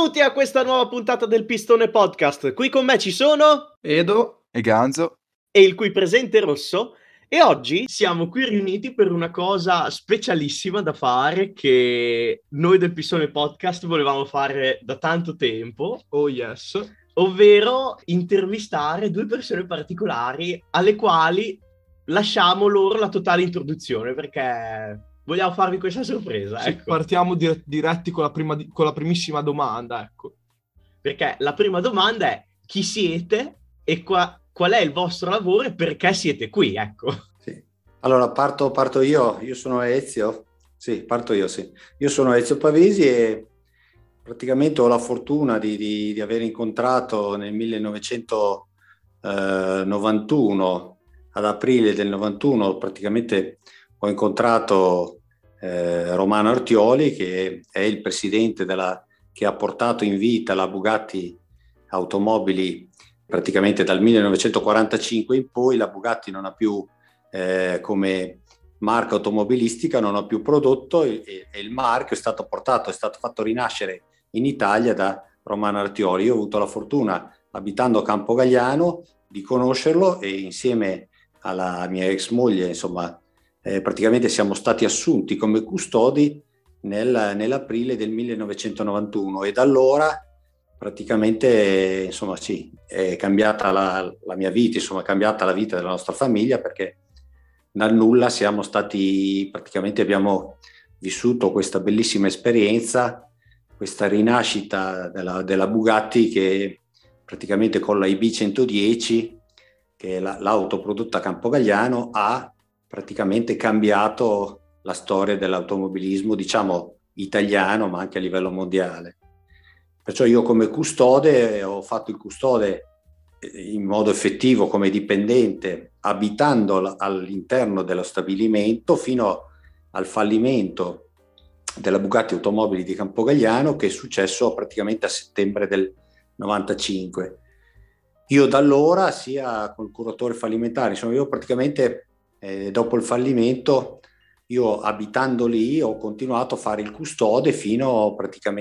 Benvenuti a questa nuova puntata del Pistone Podcast. Qui con me ci sono Edo e Ganzo e il cui presente Rosso. E oggi siamo qui riuniti per una cosa specialissima da fare che noi del Pistone Podcast volevamo fare da tanto tempo. Oh yes. Ovvero intervistare due persone particolari alle quali lasciamo loro la totale introduzione perché vogliamo farvi questa sorpresa. Sì, ecco. partiamo diretti con la primissima domanda, ecco. Perché la prima domanda è: chi siete e qual è il vostro lavoro e perché siete qui, ecco. Sì. Allora parto io sono Ezio. Sì, parto io, sì. Io sono Ezio Pavesi e praticamente ho la fortuna di aver incontrato nel 1991, ad aprile del 91, praticamente ho incontrato Romano Artioli, che è il presidente che ha portato in vita la Bugatti Automobili praticamente dal 1945 in poi. La Bugatti non ha più, come marca automobilistica, non ha più prodotto e il marchio è stato fatto rinascere in Italia da Romano Artioli. Io ho avuto la fortuna, abitando a Campogalliano, di conoscerlo e insieme alla mia ex moglie, insomma, praticamente siamo stati assunti come custodi nell'aprile del 1991 e da allora praticamente, insomma, sì, è cambiata la mia vita, insomma, è cambiata la vita della nostra famiglia, perché dal nulla abbiamo vissuto questa bellissima esperienza, questa rinascita della Bugatti, che praticamente con la IB 110, che è l'auto prodotta a Campogalliano, ha praticamente cambiato la storia dell'automobilismo, diciamo italiano, ma anche a livello mondiale. Perciò io come custode ho fatto il custode in modo effettivo come dipendente, abitando all'interno dello stabilimento fino al fallimento della Bugatti Automobili di Campogalliano, che è successo praticamente a settembre del 95. Io da allora, sia col curatore fallimentare, insomma, io praticamente dopo il fallimento, io abitando lì ho continuato a fare il custode fino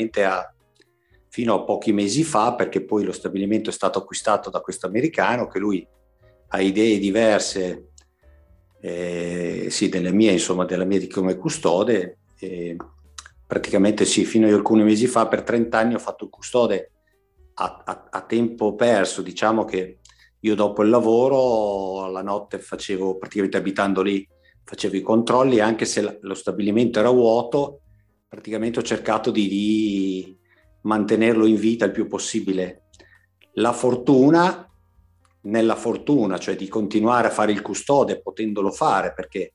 a pochi mesi fa, perché poi lo stabilimento è stato acquistato da questo americano, che lui ha idee diverse, sì, della mia come custode. Praticamente sì, fino a alcuni mesi fa, per 30 anni ho fatto il custode a tempo perso. Diciamo che io dopo il lavoro, la notte facevo, praticamente abitando lì, facevo i controlli, anche se lo stabilimento era vuoto, praticamente ho cercato di mantenerlo in vita il più possibile. Nella fortuna, cioè di continuare a fare il custode potendolo fare, perché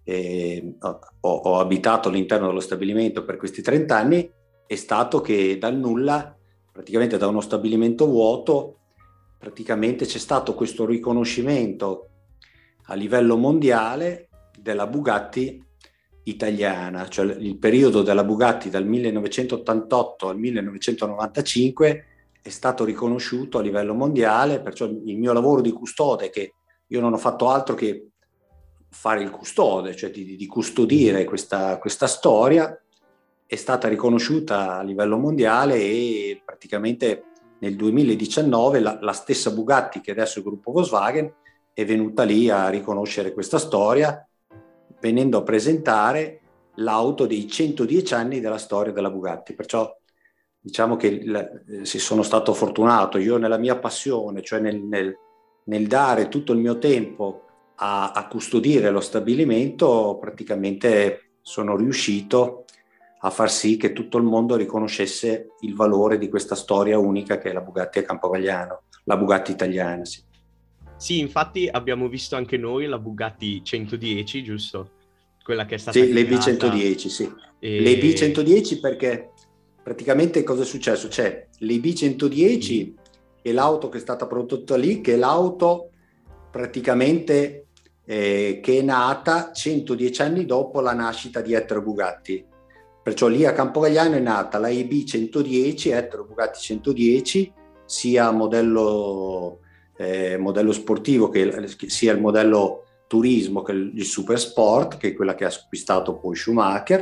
ho abitato all'interno dello stabilimento per questi 30 anni, è stato che dal nulla, praticamente da uno stabilimento vuoto, praticamente c'è stato questo riconoscimento a livello mondiale della Bugatti italiana, cioè il periodo della Bugatti dal 1988 al 1995 è stato riconosciuto a livello mondiale. Perciò il mio lavoro di custode, che io non ho fatto altro che fare il custode, cioè di custodire questa storia, è stata riconosciuta a livello mondiale e praticamente nel 2019 la stessa Bugatti, che adesso è il gruppo Volkswagen, è venuta lì a riconoscere questa storia, venendo a presentare l'auto dei 110 anni della storia della Bugatti. Perciò diciamo che sono stato fortunato. Io nella mia passione, cioè nel dare tutto il mio tempo a custodire lo stabilimento, praticamente sono riuscito a far sì che tutto il mondo riconoscesse il valore di questa storia unica che è la Bugatti a Campogalliano, la Bugatti italiana, sì. Sì, infatti abbiamo visto anche noi la Bugatti 110, giusto? Quella che è stata sì, le B110, sì. Le B110, perché praticamente cosa è successo? C'è le B110 e l'auto che è stata prodotta lì, che è l'auto praticamente che è nata 110 anni dopo la nascita di Ettore Bugatti. Perciò lì a Campogalliano è nata la EB 110, Ettore Bugatti 110, sia modello sportivo che sia il modello turismo che il super sport, che è quella che ha acquistato poi Schumacher.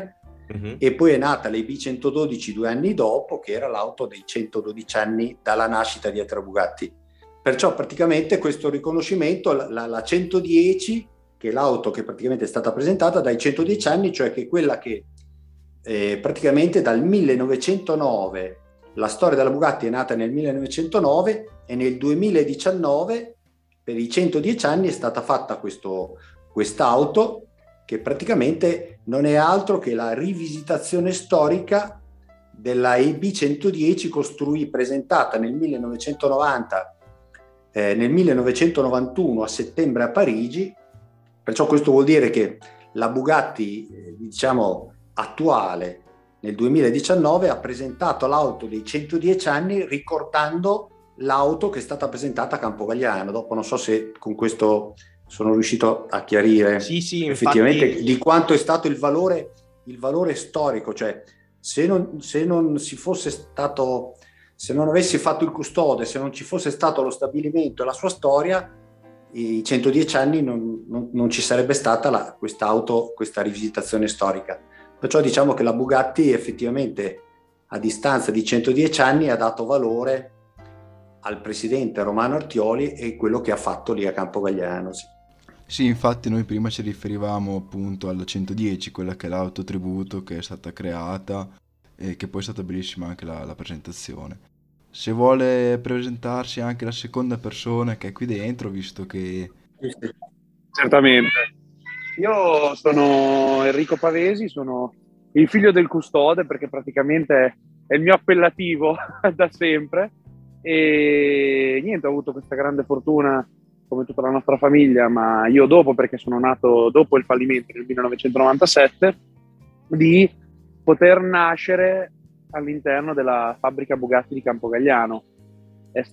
e poi è nata l'EB 112 2 anni dopo, che era l'auto dei 112 anni dalla nascita di Ettore Bugatti. Perciò praticamente questo riconoscimento, la 110, che è l'auto che praticamente è stata presentata dai 110 anni, cioè che è quella che praticamente dal 1909, la storia della Bugatti è nata nel 1909 e nel 2019 per i 110 anni è stata fatta quest'auto che praticamente non è altro che la rivisitazione storica della EB 110 presentata nel 1990, nel 1991 a settembre a Parigi. Perciò questo vuol dire che la Bugatti, diciamo, attuale nel 2019 ha presentato l'auto dei 110 anni ricordando l'auto che è stata presentata a Campogalliano. Dopo non so se con questo sono riuscito a chiarire sì, effettivamente infatti... di quanto è stato il valore storico, cioè se non avessi fatto il custode, se non ci fosse stato lo stabilimento e la sua storia, i 110 anni non ci sarebbe stata questa rivisitazione storica. Perciò diciamo che la Bugatti effettivamente a distanza di 110 anni ha dato valore al presidente Romano Artioli e quello che ha fatto lì a Campogalliano. Sì. Sì, infatti noi prima ci riferivamo appunto alla 110, quella che è l'auto tributo che è stata creata e che poi è stata bellissima anche la presentazione. Se vuole presentarsi anche la seconda persona che è qui dentro, visto che... Certamente. Io sono Enrico Pavesi, sono il figlio del custode, perché praticamente è il mio appellativo da sempre, e niente, ho avuto questa grande fortuna come tutta la nostra famiglia, ma io dopo, perché sono nato dopo il fallimento nel 1997, di poter nascere all'interno della fabbrica Bugatti di Campogalliano. È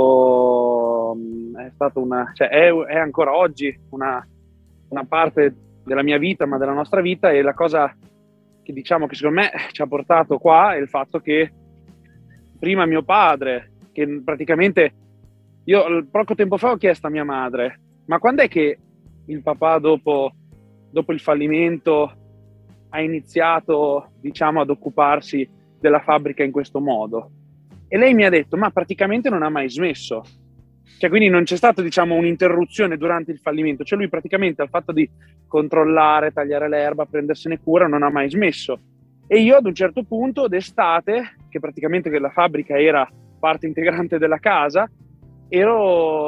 ancora oggi una parte della mia vita, ma della nostra vita, e la cosa che diciamo che secondo me ci ha portato qua è il fatto che prima mio padre, che praticamente io poco tempo fa ho chiesto a mia madre, ma quando è che il papà dopo il fallimento ha iniziato, diciamo, ad occuparsi della fabbrica in questo modo? E lei mi ha detto, ma praticamente non ha mai smesso. Cioè, quindi non c'è stata, diciamo, un'interruzione durante il fallimento. Cioè lui praticamente al fatto di controllare, tagliare l'erba, prendersene cura, non ha mai smesso. E io ad un certo punto d'estate, che praticamente la fabbrica era parte integrante della casa, ero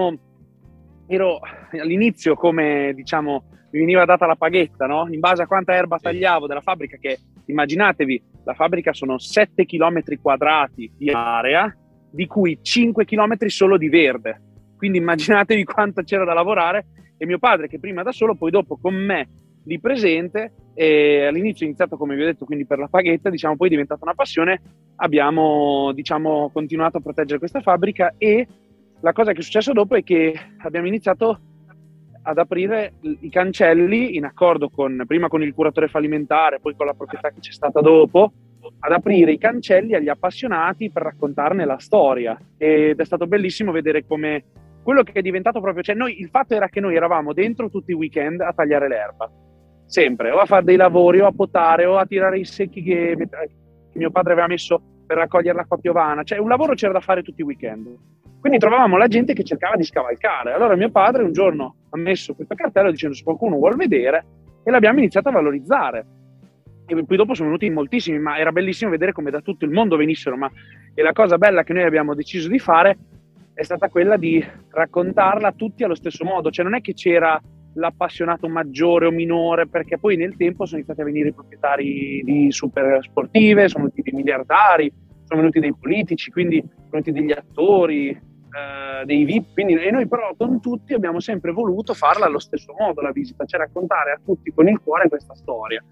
all'inizio, come diciamo mi veniva data la paghetta, no? In base a quanta erba tagliavo della fabbrica, che immaginatevi, la fabbrica sono 7 chilometri quadrati di area, di cui 5 chilometri solo di verde. Quindi immaginatevi quanto c'era da lavorare, e mio padre, che prima da solo, poi dopo con me lì presente, e all'inizio è iniziato, come vi ho detto, quindi per la paghetta, diciamo, poi è diventata una passione, abbiamo, diciamo, continuato a proteggere questa fabbrica. E la cosa che è successo dopo è che abbiamo iniziato ad aprire i cancelli in accordo prima con il curatore fallimentare, poi con la proprietà che c'è stata dopo, ad aprire i cancelli agli appassionati per raccontarne la storia. Ed è stato bellissimo vedere come quello che è diventato proprio, cioè il fatto era che noi eravamo dentro tutti i weekend a tagliare l'erba, sempre, o a fare dei lavori, o a potare, o a tirare i secchi che mio padre aveva messo per raccogliere l'acqua piovana. Cioè un lavoro c'era da fare tutti i weekend. Quindi trovavamo la gente che cercava di scavalcare. Allora mio padre un giorno ha messo questo cartello dicendo se qualcuno vuol vedere, e l'abbiamo iniziato a valorizzare. E poi dopo sono venuti moltissimi, ma era bellissimo vedere come da tutto il mondo venissero. E la cosa bella che noi abbiamo deciso di fare è stata quella di raccontarla tutti allo stesso modo. Cioè non è che c'era l'appassionato maggiore o minore, perché poi nel tempo sono iniziati a venire i proprietari di super sportive, sono venuti dei miliardari, sono venuti dei politici, quindi sono venuti degli attori, dei VIP, quindi, e noi però con tutti abbiamo sempre voluto farla allo stesso modo la visita, cioè raccontare a tutti con il cuore questa storia.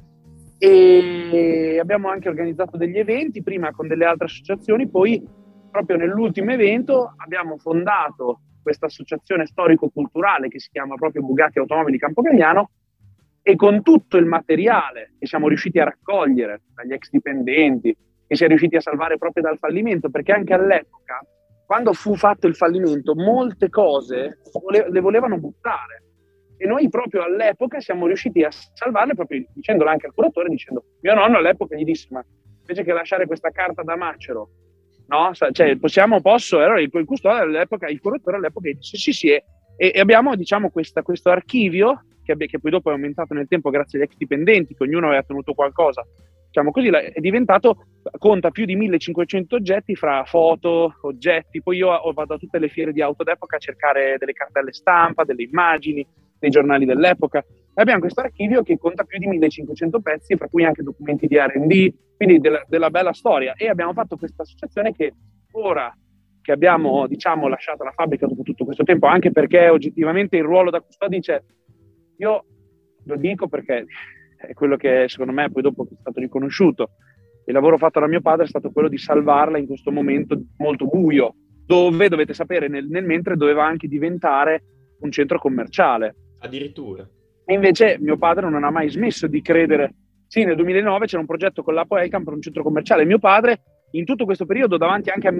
E abbiamo anche organizzato degli eventi, prima con delle altre associazioni, poi proprio nell'ultimo evento abbiamo fondato questa associazione storico-culturale che si chiama proprio Bugatti Automobili Campogalliano, e con tutto il materiale che siamo riusciti a raccogliere dagli ex dipendenti, che si è riusciti a salvare proprio dal fallimento, perché anche all'epoca, quando fu fatto il fallimento, molte cose le volevano buttare. E noi proprio all'epoca siamo riusciti a salvarle, proprio dicendolo anche al curatore, dicendo, mio nonno all'epoca gli disse, ma invece che lasciare questa carta da macero, no? Cioè, posso? Allora il custode all'epoca, il curatore all'epoca gli disse sì, e abbiamo, diciamo, questo archivio che poi dopo è aumentato nel tempo grazie agli ex dipendenti, che ognuno aveva tenuto qualcosa, diciamo così, è diventato, conta più di 1500 oggetti fra foto, oggetti. Poi io vado a tutte le fiere di auto d'epoca a cercare delle cartelle stampa, delle immagini, dei giornali dell'epoca. E abbiamo questo archivio che conta più di 1500 pezzi, fra cui anche documenti di R&D, quindi della bella storia. E abbiamo fatto questa associazione che ora che abbiamo, diciamo, lasciato la fabbrica dopo tutto questo tempo, anche perché oggettivamente il ruolo da custode, io lo dico perché è quello che secondo me poi dopo è stato riconosciuto. Il lavoro fatto da mio padre è stato quello di salvarla in questo momento molto buio, dove, dovete sapere, nel mentre doveva anche diventare un centro commerciale. Addirittura. E invece mio padre non ha mai smesso di credere. Sì, nel 2009 c'era un progetto con l'Apo Elcam per un centro commerciale. Mio padre, in tutto questo periodo, davanti anche a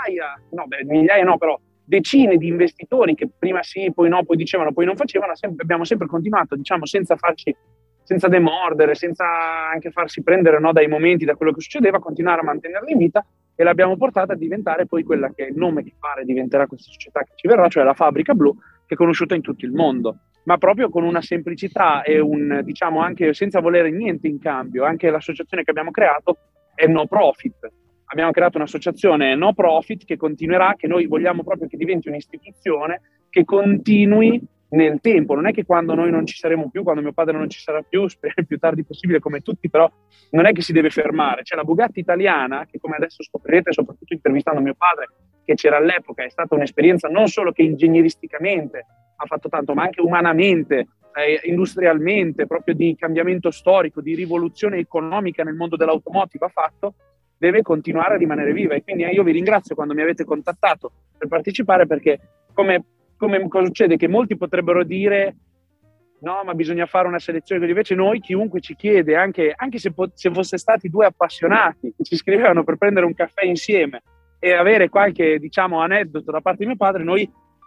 decine di investitori che prima sì, poi no, poi dicevano, poi non facevano, abbiamo sempre continuato, diciamo, senza demordere, senza anche farsi prendere, no, dai momenti, da quello che succedeva, continuare a mantenerla in vita, e l'abbiamo portata a diventare poi quella che è il nome che pare diventerà questa società che ci verrà, cioè la Fabbrica Blu, che è conosciuta in tutto il mondo, ma proprio con una semplicità e diciamo, anche senza volere niente in cambio. Anche l'associazione che abbiamo creato è no profit. Abbiamo creato un'associazione no profit che continuerà, che noi vogliamo proprio che diventi un'istituzione che continui nel tempo. Non è che quando noi non ci saremo più, quando mio padre non ci sarà più, spero il più tardi possibile come tutti, però non è che si deve fermare. C'è la Bugatti italiana, che come adesso scoprirete, soprattutto intervistando mio padre, che c'era all'epoca, è stata un'esperienza non solo che ingegneristicamente ha fatto tanto, ma anche umanamente, industrialmente, proprio di cambiamento storico, di rivoluzione economica nel mondo dell'automotive ha fatto, deve continuare a rimanere viva. E quindi io vi ringrazio quando mi avete contattato per partecipare, perché come cosa succede? Che molti potrebbero dire no, ma bisogna fare una selezione. Invece noi, chiunque ci chiede, anche se fosse stati due appassionati che ci scrivevano per prendere un caffè insieme e avere qualche, diciamo, aneddoto da parte di mio padre, noi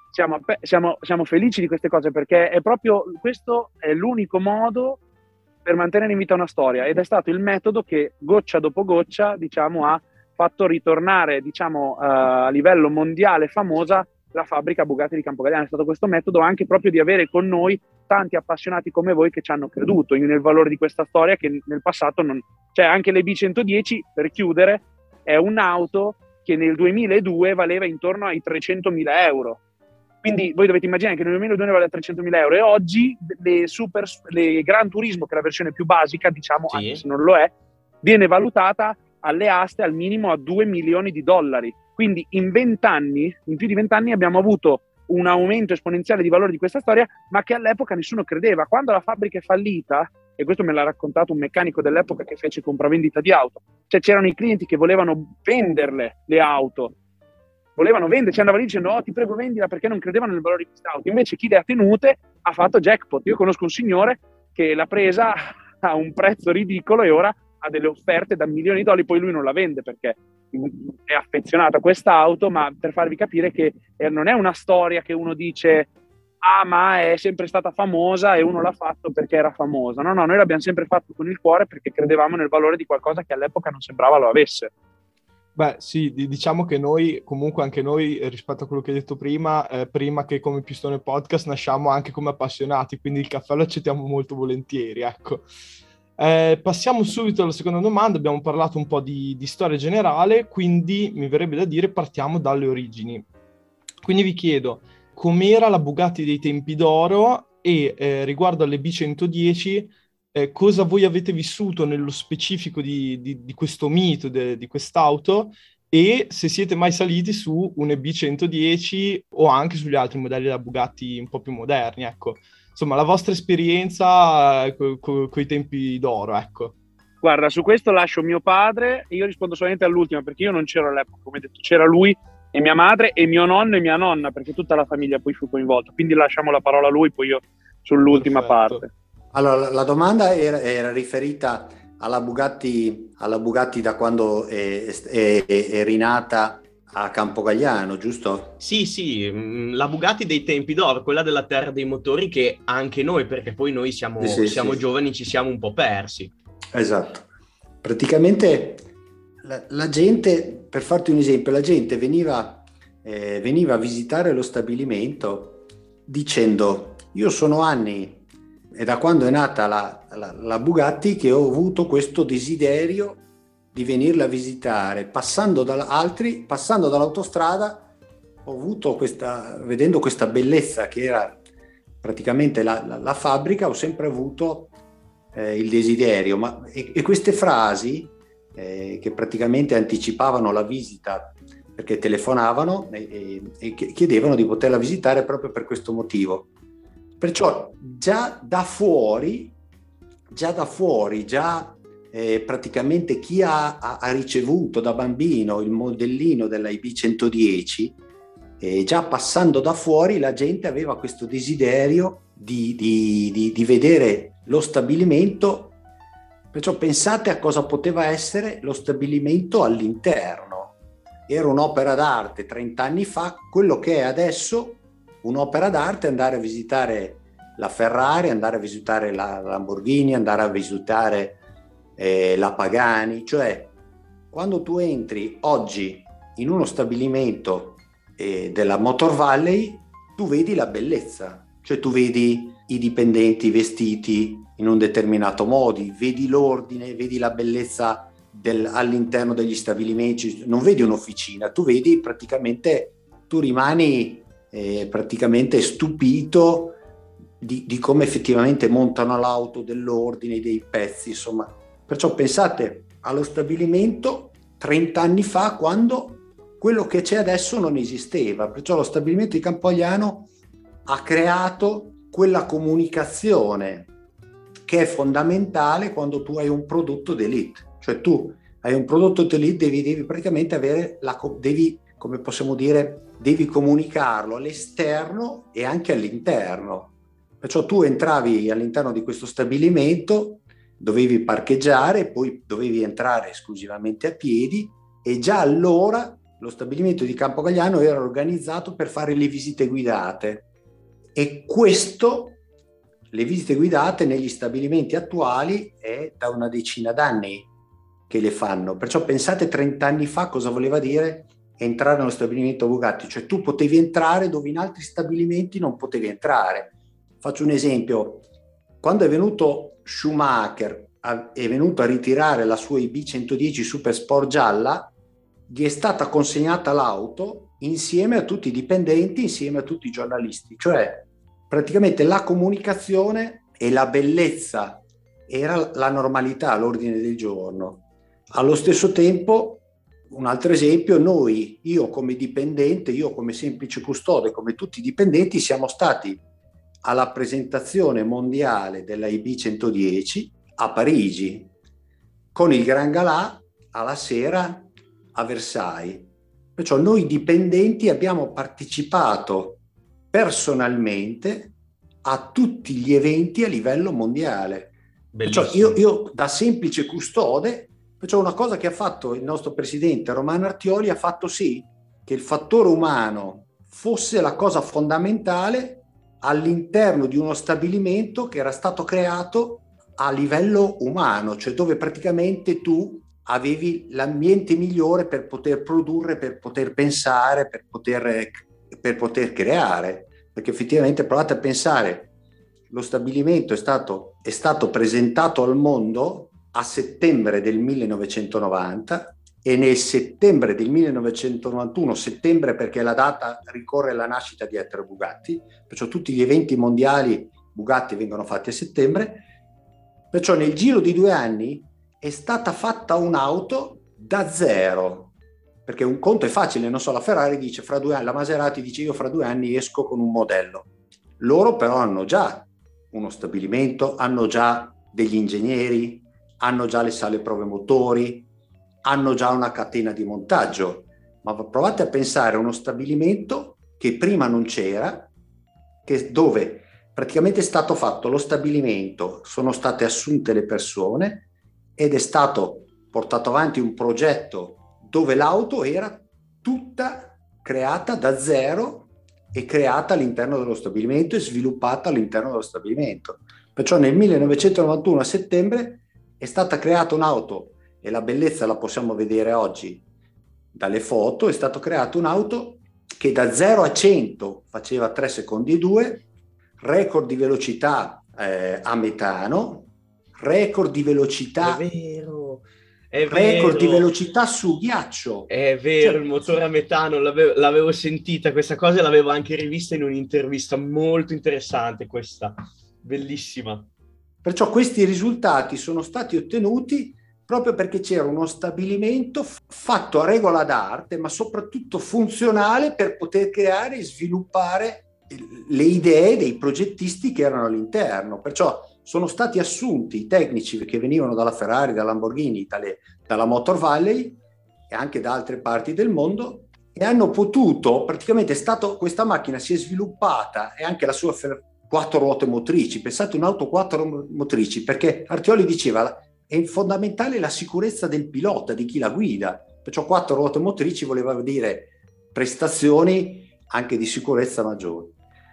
siamo felici di queste cose, perché è proprio questo è l'unico modo per mantenere in vita una storia, ed è stato il metodo che goccia dopo goccia, diciamo, ha fatto ritornare, diciamo, a livello mondiale famosa la fabbrica Bugatti di Campogalliano. È stato questo metodo anche proprio di avere con noi tanti appassionati come voi che ci hanno creduto nel valore di questa storia, che nel passato non... Cioè anche l'EB110, per chiudere, è un'auto che nel 2002 valeva intorno ai 300.000 euro. Quindi voi dovete immaginare che nel 2002 ne vale 300.000 euro, e oggi le Gran Turismo, che è la versione più basica, diciamo, sì, anche se non lo è, viene valutata alle aste al minimo a $2 milioni. Quindi in più di 20 anni abbiamo avuto un aumento esponenziale di valore di questa storia, ma che all'epoca nessuno credeva. Quando la fabbrica è fallita, e questo me l'ha raccontato un meccanico dell'epoca che fece compravendita di auto, cioè c'erano i clienti che volevano venderle le auto, ci andavano lì dicendo oh, ti prego vendila, perché non credevano nel valore di queste auto. Invece chi le ha tenute ha fatto jackpot. Io conosco un signore che l'ha presa a un prezzo ridicolo e ora ha delle offerte da milioni di dollari. Poi lui non la vende perché è affezionato a questa auto, ma per farvi capire che non è una storia che uno dice ma è sempre stata famosa e uno l'ha fatto perché era famosa. No, noi l'abbiamo sempre fatto con il cuore, perché credevamo nel valore di qualcosa che all'epoca non sembrava lo avesse. Beh, sì, diciamo che noi, comunque anche noi, rispetto a quello che hai detto prima che come Pistone Podcast nasciamo anche come appassionati, quindi il caffè lo accettiamo molto volentieri, ecco. Passiamo subito alla seconda domanda. Abbiamo parlato un po' di storia generale, quindi mi verrebbe da dire partiamo dalle origini. Quindi vi chiedo, com'era la Bugatti dei tempi d'oro, e riguardo alle B110, cosa voi avete vissuto nello specifico di questo mito, di quest'auto, e se siete mai saliti su un EB110 o anche sugli altri modelli della Bugatti un po' più moderni, ecco. Insomma, la vostra esperienza con i tempi d'oro, ecco. Guarda, su questo lascio mio padre, e io rispondo solamente all'ultima, perché io non c'ero all'epoca, come detto, c'era lui e mia madre e mio nonno e mia nonna, perché tutta la famiglia poi fu coinvolta. Quindi lasciamo la parola a lui, poi io sull'ultima parte. Allora, la domanda era riferita alla Bugatti da quando è rinata a Campogalliano, giusto? Sì, la Bugatti dei tempi d'oro, quella della terra dei motori, che anche noi, perché poi noi siamo Sì. giovani, ci siamo un po' persi. Esatto. Praticamente la gente, per farti un esempio, la gente veniva a visitare lo stabilimento dicendo: io sono anni, e da quando è nata la Bugatti, che ho avuto questo desiderio di venirla a visitare, passando dall'autostrada, vedendo questa bellezza che era praticamente la fabbrica, ho sempre avuto il desiderio. E queste frasi che praticamente anticipavano la visita, perché telefonavano e chiedevano di poterla visitare proprio per questo motivo. Perciò già da fuori, praticamente chi ha ricevuto da bambino il modellino della IB 110, già passando da fuori la gente aveva questo desiderio di vedere lo stabilimento. Perciò pensate a cosa poteva essere lo stabilimento all'interno. Era un'opera d'arte 30 anni fa, quello che è adesso un'opera d'arte, andare a visitare la Ferrari, andare a visitare la Lamborghini, andare a visitare la Pagani. Cioè, quando tu entri oggi in uno stabilimento della Motor Valley, tu vedi la bellezza, cioè tu vedi i dipendenti vestiti in un determinato modo, vedi l'ordine, vedi la bellezza all'interno degli stabilimenti, non vedi un'officina, tu vedi praticamente, tu rimani praticamente stupito di come effettivamente montano l'auto, dell'ordine, dei pezzi, insomma. Perciò pensate allo stabilimento 30 anni fa, quando quello che c'è adesso non esisteva. Perciò lo stabilimento di Campogalliano ha creato quella comunicazione che è fondamentale quando tu hai un prodotto d'élite. Cioè tu hai un prodotto d'élite, devi praticamente avere come possiamo dire, devi comunicarlo all'esterno e anche all'interno. Perciò tu entravi all'interno di questo stabilimento, dovevi parcheggiare, poi dovevi entrare esclusivamente a piedi, e già allora lo stabilimento di Campogalliano era organizzato per fare le visite guidate. E le visite guidate negli stabilimenti attuali è da una decina d'anni che le fanno. Perciò pensate 30 anni fa cosa voleva dire entrare nello stabilimento Bugatti. Cioè tu potevi entrare dove in altri stabilimenti non potevi entrare. Faccio un esempio: quando è venuto Schumacher, è venuto a ritirare la sua IB 110 Super Sport gialla, gli è stata consegnata l'auto insieme a tutti i dipendenti, insieme a tutti i giornalisti. Cioè praticamente la comunicazione e la bellezza era la normalità, l'ordine del giorno. Allo stesso tempo, un altro esempio, io come dipendente, io come semplice custode, come tutti i dipendenti, siamo stati alla presentazione mondiale della IB 110 a Parigi, con il Gran Galà alla sera a Versailles. Perciò noi dipendenti abbiamo partecipato personalmente a tutti gli eventi a livello mondiale. Perciò io da semplice custode, perciò una cosa che ha fatto il nostro presidente Romano Artioli, ha fatto sì che il fattore umano fosse la cosa fondamentale all'interno di uno stabilimento che era stato creato a livello umano, cioè dove praticamente tu avevi l'ambiente migliore per poter produrre, per poter pensare, per poter creare. Perché effettivamente provate a pensare, lo stabilimento è stato presentato al mondo a settembre del 1990, e nel settembre del 1991, settembre perché la data ricorre alla nascita di Ettore Bugatti, perciò tutti gli eventi mondiali Bugatti vengono fatti a settembre. Perciò nel giro di 2 anni è stata fatta un'auto da zero, perché un conto è facile, non so, la Ferrari dice fra 2 anni, la Maserati dice io fra 2 anni esco con un modello. Loro però hanno già uno stabilimento, hanno già degli ingegneri, hanno già le sale prove motori, hanno già una catena di montaggio. Ma provate a pensare a uno stabilimento che prima non c'era, dove praticamente è stato fatto lo stabilimento, sono state assunte le persone ed è stato portato avanti un progetto dove l'auto era tutta creata da zero e creata all'interno dello stabilimento e sviluppata all'interno dello stabilimento. Perciò nel 1991 a settembre è stata creata un'auto, e la bellezza la possiamo vedere oggi dalle foto, è stata creata un'auto che da 0 a 100 faceva 3 secondi e 2, record di velocità a metano, record di velocità, è record di vero. velocità su ghiaccio. È vero, Cioè, il motore a metano, l'avevo sentita questa cosa e l'avevo anche rivista in un'intervista molto interessante questa, bellissima. Perciò questi risultati sono stati ottenuti proprio perché c'era uno stabilimento fatto a regola d'arte, ma soprattutto funzionale per poter creare e sviluppare le idee dei progettisti che erano all'interno. Perciò sono stati assunti i tecnici che venivano dalla Ferrari, dalla Lamborghini, dalla Motor Valley e anche da altre parti del mondo, e hanno potuto, praticamente questa macchina si è sviluppata, e anche la sua 4 ruote motrici, pensate un'auto 4 motrici, perché Artioli diceva è fondamentale la sicurezza del pilota, di chi la guida, perciò 4 ruote motrici voleva dire prestazioni anche di sicurezza maggiori.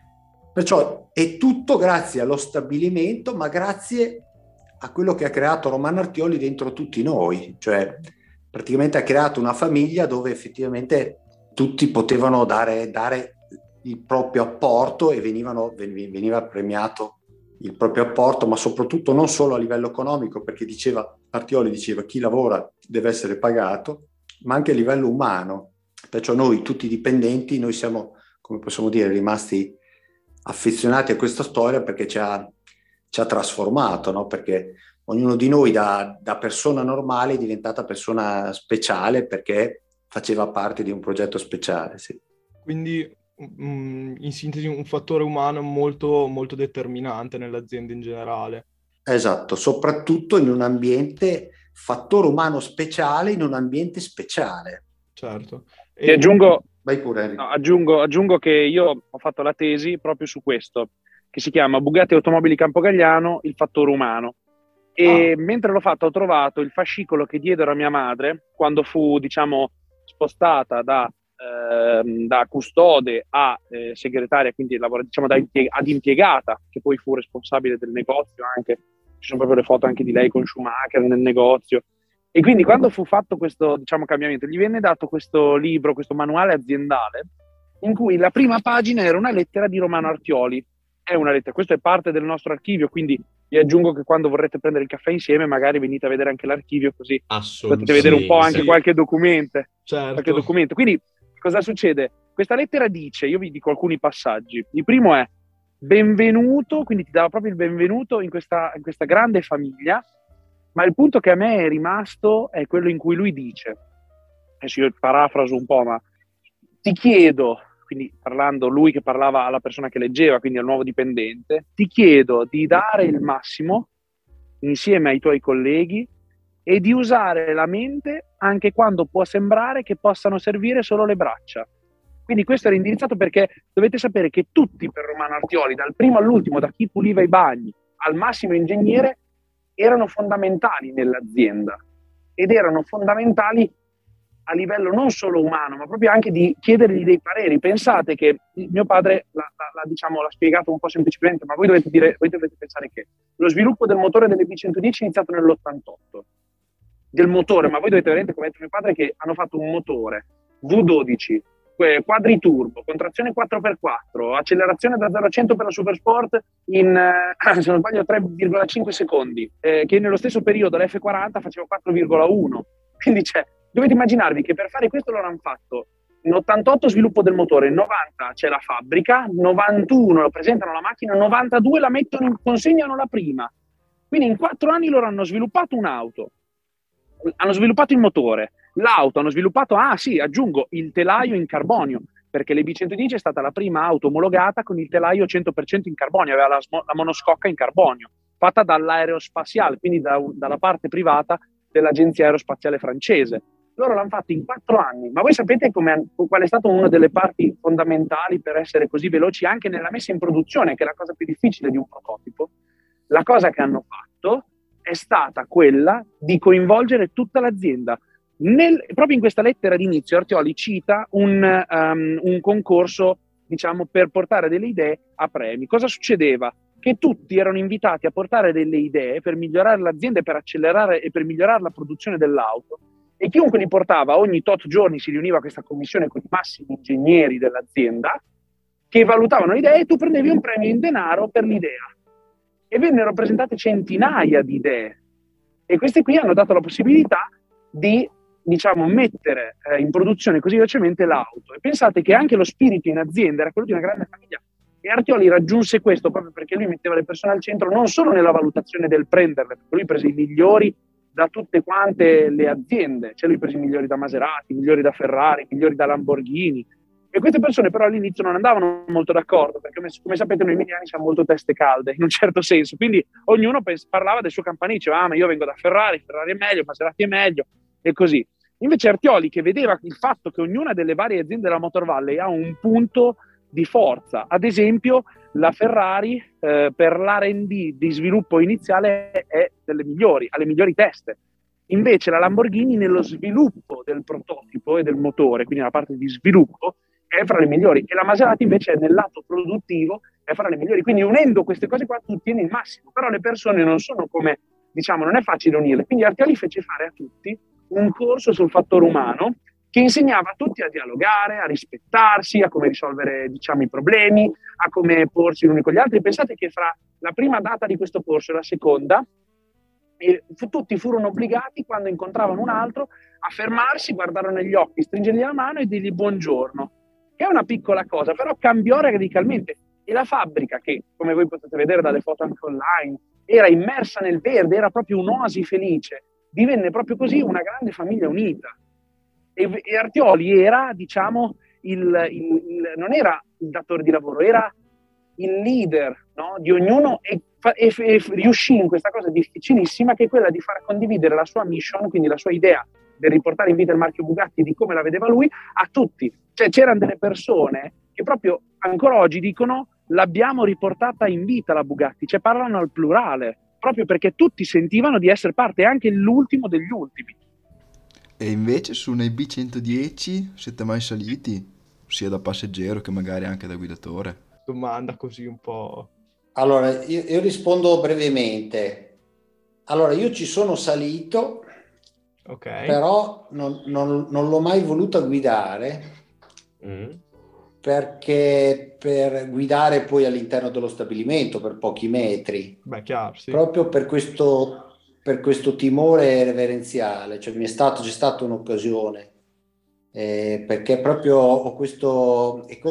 Perciò è tutto grazie allo stabilimento, ma grazie a quello che ha creato Romano Artioli dentro tutti noi, cioè praticamente ha creato una famiglia dove effettivamente tutti potevano dare il proprio apporto e veniva premiato il proprio apporto, ma soprattutto non solo a livello economico, perché Artioli diceva chi lavora deve essere pagato, ma anche a livello umano. Perciò noi tutti i dipendenti, noi siamo, come possiamo dire, rimasti affezionati a questa storia perché ci ha trasformato, no? Perché ognuno di noi da persona normale è diventata persona speciale perché faceva parte di un progetto speciale. Sì. Quindi in sintesi un fattore umano molto, molto determinante nell'azienda in generale. Esatto, soprattutto in un ambiente, fattore umano speciale in un ambiente speciale. Certo. E aggiungo, vai pure, Enrico. aggiungo che io ho fatto la tesi proprio su questo, che si chiama Bugatti Automobili Campogalliano, il fattore umano. E mentre l'ho fatto ho trovato il fascicolo che diedero a mia madre quando fu, diciamo, spostata da custode a segretaria, quindi diciamo ad impiegata, che poi fu responsabile del negozio anche. Ci sono proprio le foto anche di lei con Schumacher nel negozio. E quindi quando fu fatto questo, diciamo, cambiamento, gli venne dato questo libro, questo manuale aziendale, in cui la prima pagina era una lettera di Romano Artioli. È una lettera, questo è parte del nostro archivio, quindi vi aggiungo che quando vorrete prendere il caffè insieme magari venite a vedere anche l'archivio, così potete vedere un po' anche qualche documento. Certo. Qualche documento. Quindi cosa succede? Questa lettera dice, io vi dico alcuni passaggi. Il primo è benvenuto, quindi ti dava proprio il benvenuto in questa grande famiglia, ma il punto che a me è rimasto è quello in cui lui dice, adesso io parafraso un po', ma ti chiedo, quindi parlando lui che parlava alla persona che leggeva, quindi al nuovo dipendente, ti chiedo di dare il massimo insieme ai tuoi colleghi e di usare la mente anche quando può sembrare che possano servire solo le braccia. Quindi questo era indirizzato perché dovete sapere che tutti per Romano Artioli, dal primo all'ultimo, da chi puliva i bagni al massimo ingegnere, erano fondamentali nell'azienda ed erano fondamentali a livello non solo umano, ma proprio anche di chiedergli dei pareri. Pensate che mio padre l'ha spiegato un po' semplicemente, ma voi dovete pensare che lo sviluppo del motore delle B110 è iniziato nell'88. Del motore, ma voi dovete vedere, come ha detto mio padre, che hanno fatto un motore V12, quadriturbo, contrazione 4x4, accelerazione da 0 a 100 per la Supersport in, se non sbaglio, 3,5 secondi, che nello stesso periodo la F40 faceva 4,1. Quindi dovete immaginarvi che per fare questo loro hanno fatto in 88 sviluppo del motore, in 90 c'è la fabbrica, 91 presentano la macchina, 92 la mettono, consegnano la prima. Quindi in 4 anni loro hanno sviluppato un'auto, hanno sviluppato il motore, l'auto, hanno sviluppato, aggiungo, il telaio in carbonio, perché l'EB110 è stata la prima auto omologata con il telaio 100% in carbonio, aveva la monoscocca in carbonio, fatta dall'aerospaziale, quindi dalla parte privata dell'agenzia aerospaziale francese. Loro l'hanno fatto in 4 anni, ma voi sapete qual è stata una delle parti fondamentali per essere così veloci anche nella messa in produzione, che è la cosa più difficile di un prototipo? La cosa che hanno fatto è stata quella di coinvolgere tutta l'azienda. Proprio in questa lettera d'inizio Artioli cita un concorso, diciamo, per portare delle idee a premi. Cosa succedeva? Che tutti erano invitati a portare delle idee per migliorare l'azienda, per accelerare e per migliorare la produzione dell'auto, e chiunque li portava, ogni tot giorni si riuniva questa commissione con i massimi ingegneri dell'azienda che valutavano le idee e tu prendevi un premio in denaro per l'idea. E vennero presentate centinaia di idee e queste qui hanno dato la possibilità di, diciamo, mettere in produzione così velocemente l'auto. E pensate che anche lo spirito in azienda era quello di una grande famiglia. E Artioli raggiunse questo proprio perché lui metteva le persone al centro, non solo nella valutazione del prenderle, perché lui prese i migliori da tutte quante le aziende, cioè lui prese i migliori da Maserati, i migliori da Ferrari, i migliori da Lamborghini, e queste persone però all'inizio non andavano molto d'accordo, perché come sapete noi italiani siamo molto teste calde, in un certo senso, quindi ognuno parlava del suo campanile, diceva ma io vengo da Ferrari, Ferrari è meglio, Maserati è meglio, e così. Invece Artioli, che vedeva il fatto che ognuna delle varie aziende della Motor Valley ha un punto di forza, ad esempio la Ferrari per l'R&D di sviluppo iniziale è delle migliori, ha le migliori teste. Invece la Lamborghini nello sviluppo del prototipo e del motore, quindi nella parte di sviluppo, è fra le migliori, e la Maserati invece nel lato produttivo è fra le migliori. Quindi unendo queste cose qua tu ottieni il massimo, però le persone non sono come, diciamo, non è facile unirle. Quindi Artioli fece fare a tutti un corso sul fattore umano che insegnava a tutti a dialogare, a rispettarsi, a come risolvere, diciamo, i problemi, a come porsi gli uni con gli altri. Pensate che fra la prima data di questo corso e la seconda, tutti furono obbligati, quando incontravano un altro, a fermarsi, guardarlo negli occhi, stringergli la mano e dirgli buongiorno, che è una piccola cosa, però cambiò radicalmente. E la fabbrica, che come voi potete vedere dalle foto anche online, era immersa nel verde, era proprio un'oasi felice, divenne proprio così una grande famiglia unita. E Artioli era, diciamo, non era il datore di lavoro, era il leader, no, di ognuno, e riuscì in questa cosa difficilissima, che è quella di far condividere la sua mission, quindi la sua idea del riportare in vita il marchio Bugatti, di come la vedeva lui, a tutti. Cioè c'erano delle persone che proprio ancora oggi dicono l'abbiamo riportata in vita la Bugatti, cioè parlano al plurale, proprio perché tutti sentivano di essere parte, anche l'ultimo degli ultimi. E invece su una B110 siete mai saliti? Sia da passeggero che magari anche da guidatore? Domanda così un po'... Allora, io rispondo brevemente. Allora, io ci sono salito, ok, però non l'ho mai voluta guidare, perché per guidare poi all'interno dello stabilimento per pochi metri, beh, chiaro, sì. proprio per questo timore reverenziale. Cioè c'è stata un'occasione, perché proprio ho questo, è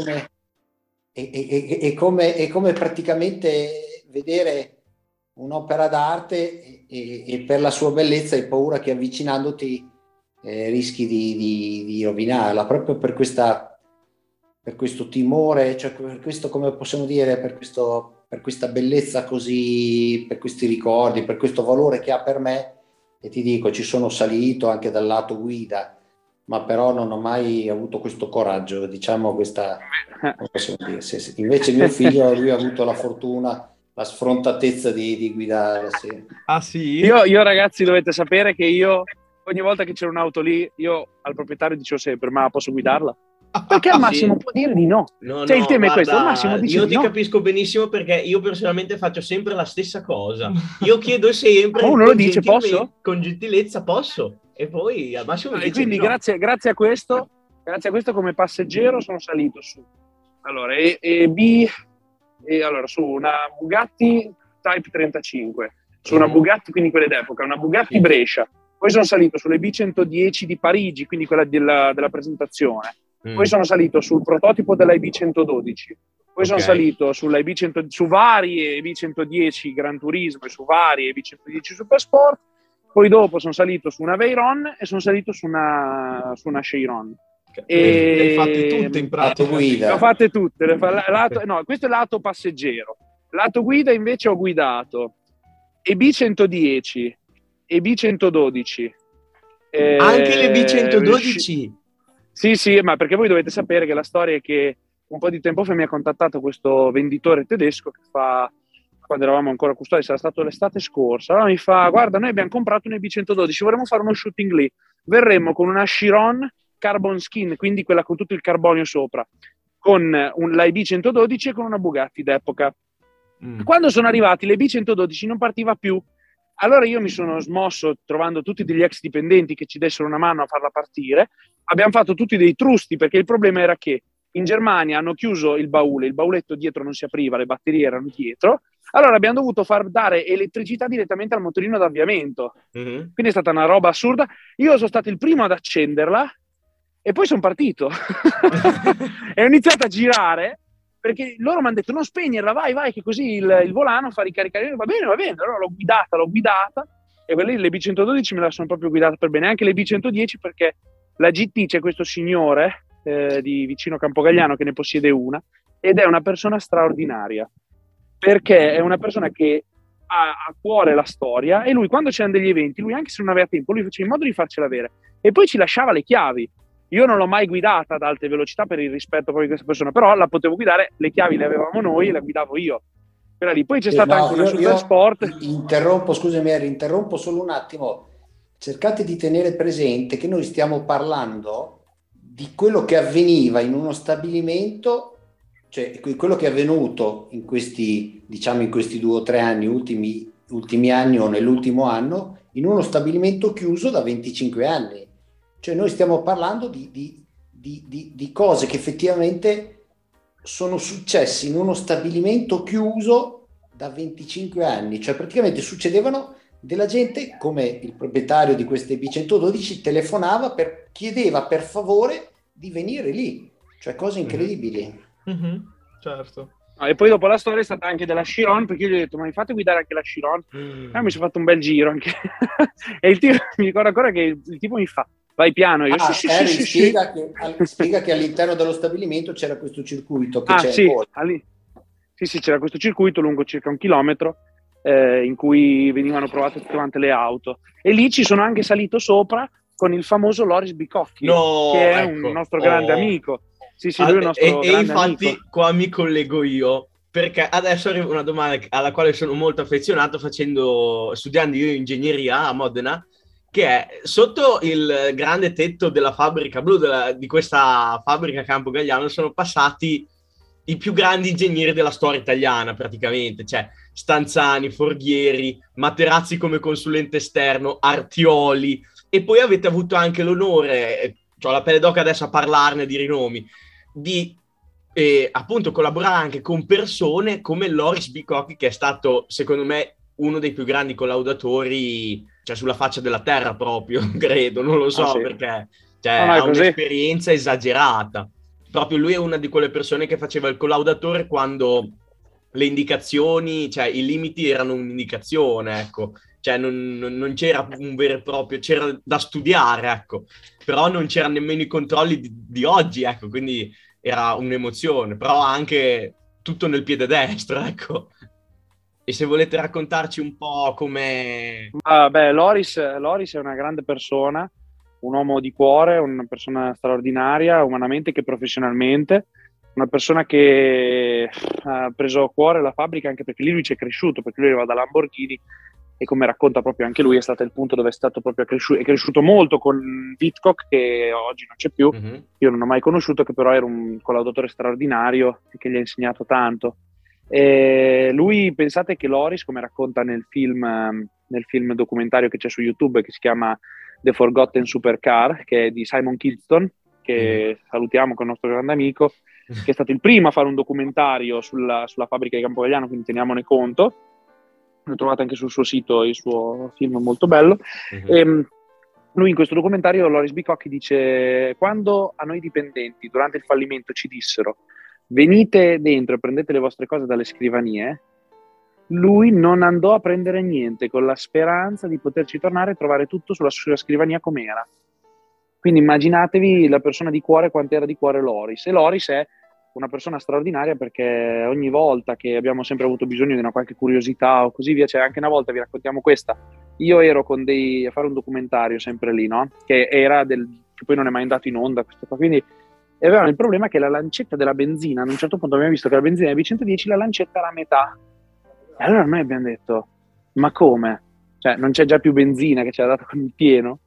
come praticamente vedere un'opera d'arte e per la sua bellezza hai paura che avvicinandoti rischi di rovinarla, proprio per questo timore, cioè per questo, come possiamo dire, per questa bellezza così, per questi ricordi, per questo valore che ha per me. E ti dico, ci sono salito anche dal lato guida, ma però non ho mai avuto questo coraggio, diciamo, questa, come possiamo dire, sì. Invece mio figlio, lui ha avuto la fortuna, la sfrontatezza di guidare, sì. Ah sì? Io ragazzi, dovete sapere che io ogni volta che c'era un'auto lì, io al proprietario dicevo sempre, ma posso guidarla? Perché al massimo può dire di no. Cioè il tema è questo, al massimo dice io di ti no. capisco benissimo, perché io personalmente faccio sempre la stessa cosa. Io chiedo sempre, uno lo dice, posso? Con gentilezza, posso? E poi al massimo dice quindi di no. grazie a questo come passeggero sono salito su. Allora, allora su una Bugatti Type 35, su una Bugatti, quindi quelle d'epoca, una Bugatti Brescia. Poi sono salito sulle B110 di Parigi, quindi quella della presentazione. Poi sono salito sul prototipo della IB112. Poi sono salito su vari EB110 Gran Turismo e su vari EB110 Supersport. Poi dopo sono salito su una Veyron e sono salito su una Chiron. Le hai fatte tutte in pratica? Le ho fatte tutte. No, questo è lato passeggero. Lato guida invece ho guidato EB110, EB112. Anche le B112? Sì, ma perché voi dovete sapere che la storia è che un po' di tempo fa mi ha contattato questo venditore tedesco che quando eravamo ancora custodi, sarà stato l'estate scorsa, allora mi fa, guarda, noi abbiamo comprato un EB112, vorremmo fare uno shooting lì. verremmo con una Chiron Carbon Skin, quindi quella con tutto il carbonio sopra, con la EB 112 e con una Bugatti d'epoca. Quando sono arrivati, l'EB 112 non partiva più. Allora io mi sono smosso trovando tutti degli ex dipendenti che ci dessero una mano a farla partire. Abbiamo fatto tutti dei trusti, perché il problema era che in Germania hanno chiuso il baule, il bauletto dietro non si apriva, le batterie erano dietro. Allora abbiamo dovuto far dare elettricità direttamente al motorino d'avviamento. Quindi è stata una roba assurda. Io sono stato il primo ad accenderla e poi sono partito. E ho iniziato a girare, perché loro mi hanno detto non spegnerla, vai, che così il volano fa ricaricare. Va bene. Allora l'ho guidata, e quella lì, le B112 me la sono proprio guidata per bene, anche le B110, perché la GT c'è questo signore di vicino Campogagliano che ne possiede una, ed è una persona straordinaria, perché è una persona che ha a cuore la storia, e lui quando c'erano degli eventi, lui anche se non aveva tempo, lui faceva in modo di farcela avere, e poi ci lasciava le chiavi. Io non l'ho mai guidata ad alte velocità per il rispetto proprio di questa persona, però la potevo guidare, le chiavi le avevamo noi e la guidavo io. Quella lì. Poi c'è stata anche una Super Sport. Interrompo solo un attimo. Cercate di tenere presente che noi stiamo parlando di quello che avveniva in uno stabilimento, cioè quello che è avvenuto in questi 2 o 3 anni, ultimi anni o nell'ultimo anno, in uno stabilimento chiuso da 25 anni. Cioè noi stiamo parlando di cose che effettivamente sono successe in uno stabilimento chiuso da 25 anni, cioè praticamente succedevano della gente, come il proprietario di queste B112 telefonava, chiedeva per favore di venire lì, cioè cose incredibili. Certo. E poi dopo la storia è stata anche della Chiron, perché io gli ho detto ma mi fate guidare anche la Chiron? Mi sono fatto un bel giro anche. E il tipo, mi ricordo ancora che il tipo mi fa vai piano, e io spiega che all'interno dello stabilimento c'era questo circuito che c'è sì, c'era questo circuito lungo circa 1 chilometro, in cui venivano provate tutte quante le auto, e lì ci sono anche salito sopra con il famoso Loris Bicocchi, che è un nostro grande amico. Sì, lui è il nostro grande infatti amico. Qua mi collego io, perché adesso arriva una domanda alla quale sono molto affezionato, studiando io ingegneria a Modena, che è sotto il grande tetto della fabbrica blu, di questa fabbrica Campogagliano, sono passati i più grandi ingegneri della storia italiana praticamente, cioè Stanzani, Forghieri, Materazzi come consulente esterno, Artioli, e poi avete avuto anche l'onore, ho la pelle d'oca adesso a parlarne di rinomi, di appunto collaborare anche con persone come Loris Bicocchi, che è stato secondo me uno dei più grandi collaudatori, cioè sulla faccia della terra proprio, credo, non lo so, sì. Perché ha un'esperienza esagerata. Proprio lui è una di quelle persone che faceva il collaudatore quando le indicazioni, cioè i limiti erano un'indicazione, ecco. Cioè non c'era un vero e proprio, c'era da studiare, ecco. Però non c'erano nemmeno i controlli di oggi, ecco, quindi era un'emozione, però anche tutto nel piede destro, ecco. E se volete raccontarci un po' come... Loris è una grande persona, un uomo di cuore, una persona straordinaria, umanamente che professionalmente, una persona che ha preso a cuore la fabbrica, anche perché lui ci è cresciuto, perché lui arriva da Lamborghini, e come racconta proprio anche lui è stato il punto dove è stato proprio è cresciuto molto con Wittkopf, che oggi non c'è più. Io non ho mai conosciuto, che però era un collaudatore straordinario e che gli ha insegnato tanto. E lui, pensate che Loris, come racconta nel film documentario che c'è su YouTube, che si chiama The Forgotten Supercar, che è di Simon Kidston, che salutiamo, che è il nostro grande amico, che è stato il primo a fare un documentario sulla fabbrica di Campogagliano, quindi teniamone conto. Lo trovate anche sul suo sito, il suo film è molto bello. E lui in questo documentario, Loris Bicocchi, dice: quando a noi dipendenti durante il fallimento ci dissero venite dentro e prendete le vostre cose dalle scrivanie, lui non andò a prendere niente, con la speranza di poterci tornare e trovare tutto sulla sua scrivania com'era. Quindi immaginatevi la persona di cuore, quanto era di cuore Loris. E Loris è una persona straordinaria, perché ogni volta che abbiamo sempre avuto bisogno di una qualche curiosità o così via, cioè anche una volta vi raccontiamo questa, io ero a fare un documentario sempre lì, no? Che poi non è mai andato in onda questo qua, quindi avevano il problema che la lancetta della benzina, ad un certo punto abbiamo visto che la benzina è B110, la lancetta era a metà, e allora noi abbiamo detto ma come? Cioè non c'è già più benzina, che ci ha dato con il pieno?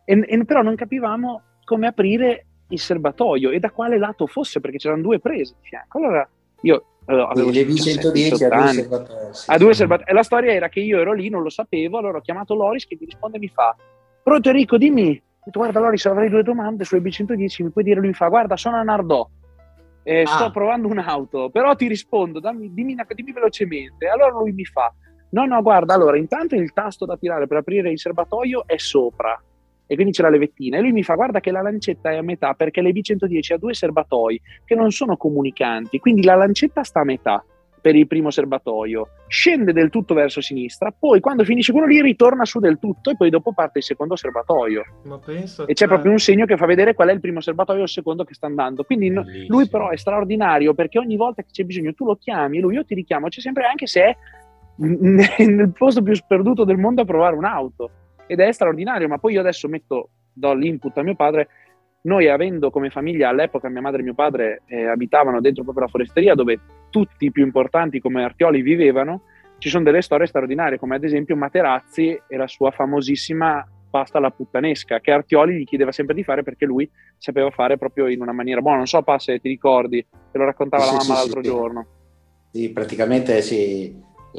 Però non capivamo come aprire il serbatoio e da quale lato fosse, perché c'erano due prese di fianco. Allora io avevo le V110 a due serbatoi. A due serbatoi. E la storia era che io ero lì, non lo sapevo, allora ho chiamato Loris che mi risponde e mi fa: pronto Enrico, dimmi. Ho detto, guarda Loris, avrei 2 domande sulle B110, mi puoi dire? Lui mi fa: guarda, sono a Nardò, sto provando un'auto, però ti rispondo, dimmi velocemente. Allora lui mi fa: no, guarda, allora intanto il tasto da tirare per aprire il serbatoio è sopra, e quindi c'è la levettina, e lui mi fa: guarda che la lancetta è a metà, perché le B110 ha 2 serbatoi che non sono comunicanti, quindi la lancetta sta a metà per il primo serbatoio, scende del tutto verso sinistra, poi quando finisce quello lì ritorna su del tutto e poi dopo parte il secondo serbatoio. Ma penso, e c'è proprio un segno che fa vedere qual è il primo serbatoio e il secondo che sta andando. Quindi lui però è straordinario, perché ogni volta che c'è bisogno tu lo chiami, lui io ti richiamo, c'è sempre, anche se è nel posto più sperduto del mondo a provare un'auto, ed è straordinario. Ma poi io adesso do l'input a mio padre. Noi, avendo come famiglia all'epoca, mia madre e mio padre abitavano dentro proprio la foresteria dove tutti i più importanti come Artioli vivevano, ci sono delle storie straordinarie, come ad esempio Materazzi e la sua famosissima pasta alla puttanesca, che Artioli gli chiedeva sempre di fare perché lui sapeva fare proprio in una maniera buona. Non so, Pa, se ti ricordi, te lo raccontava la mamma l'altro giorno. Sì, praticamente sì.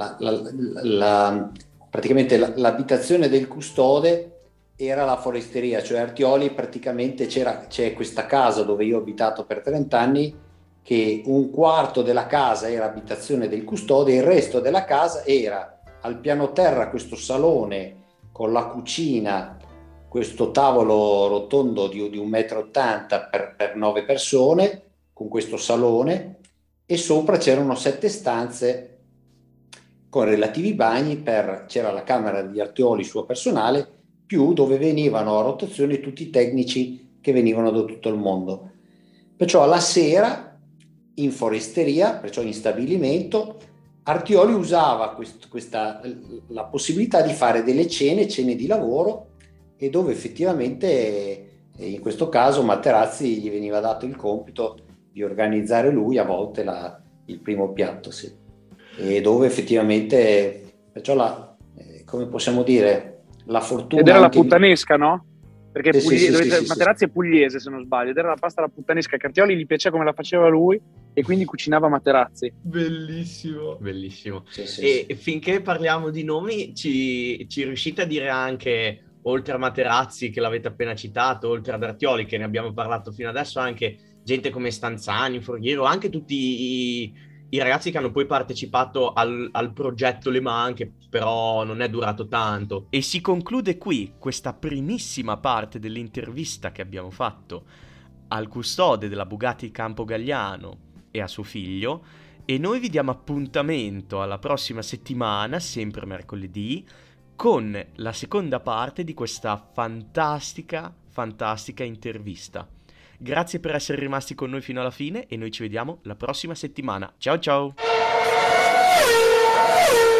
Praticamente l'abitazione del custode era la foresteria, cioè Artioli praticamente c'è questa casa dove io ho abitato per 30 anni, che un quarto della casa era abitazione del custode e il resto della casa era al piano terra questo salone con la cucina, questo tavolo rotondo di 1,80 m per 9 persone, con questo salone, e sopra c'erano 7 stanze con relativi bagni, c'era la camera di Artioli sua personale, più dove venivano a rotazione tutti i tecnici che venivano da tutto il mondo. Perciò la sera in foresteria, perciò in stabilimento, Artioli usava la possibilità di fare delle cene di lavoro, e dove effettivamente in questo caso Materazzi gli veniva dato il compito di organizzare lui a volte il primo piatto, sì. E dove effettivamente, perciò come possiamo dire, la fortuna. Ed era la puttanesca, no? Perché sì, Materazzi è pugliese, se non sbaglio, ed era la pasta alla puttanesca. Artioli gli piaceva come la faceva lui e quindi cucinava Materazzi. Bellissimo. Sì. E finché parliamo di nomi, ci riuscite a dire anche, oltre a Materazzi che l'avete appena citato, oltre ad Artioli che ne abbiamo parlato fino adesso, anche gente come Stanzani, Forghiero, anche tutti i ragazzi che hanno poi partecipato al progetto Le Mans, che però non è durato tanto. E si conclude qui questa primissima parte dell'intervista che abbiamo fatto al custode della Bugatti Campo Galliano e a suo figlio, e noi vi diamo appuntamento alla prossima settimana, sempre mercoledì, con la seconda parte di questa fantastica intervista. Grazie per essere rimasti con noi fino alla fine e noi ci vediamo la prossima settimana. Ciao ciao!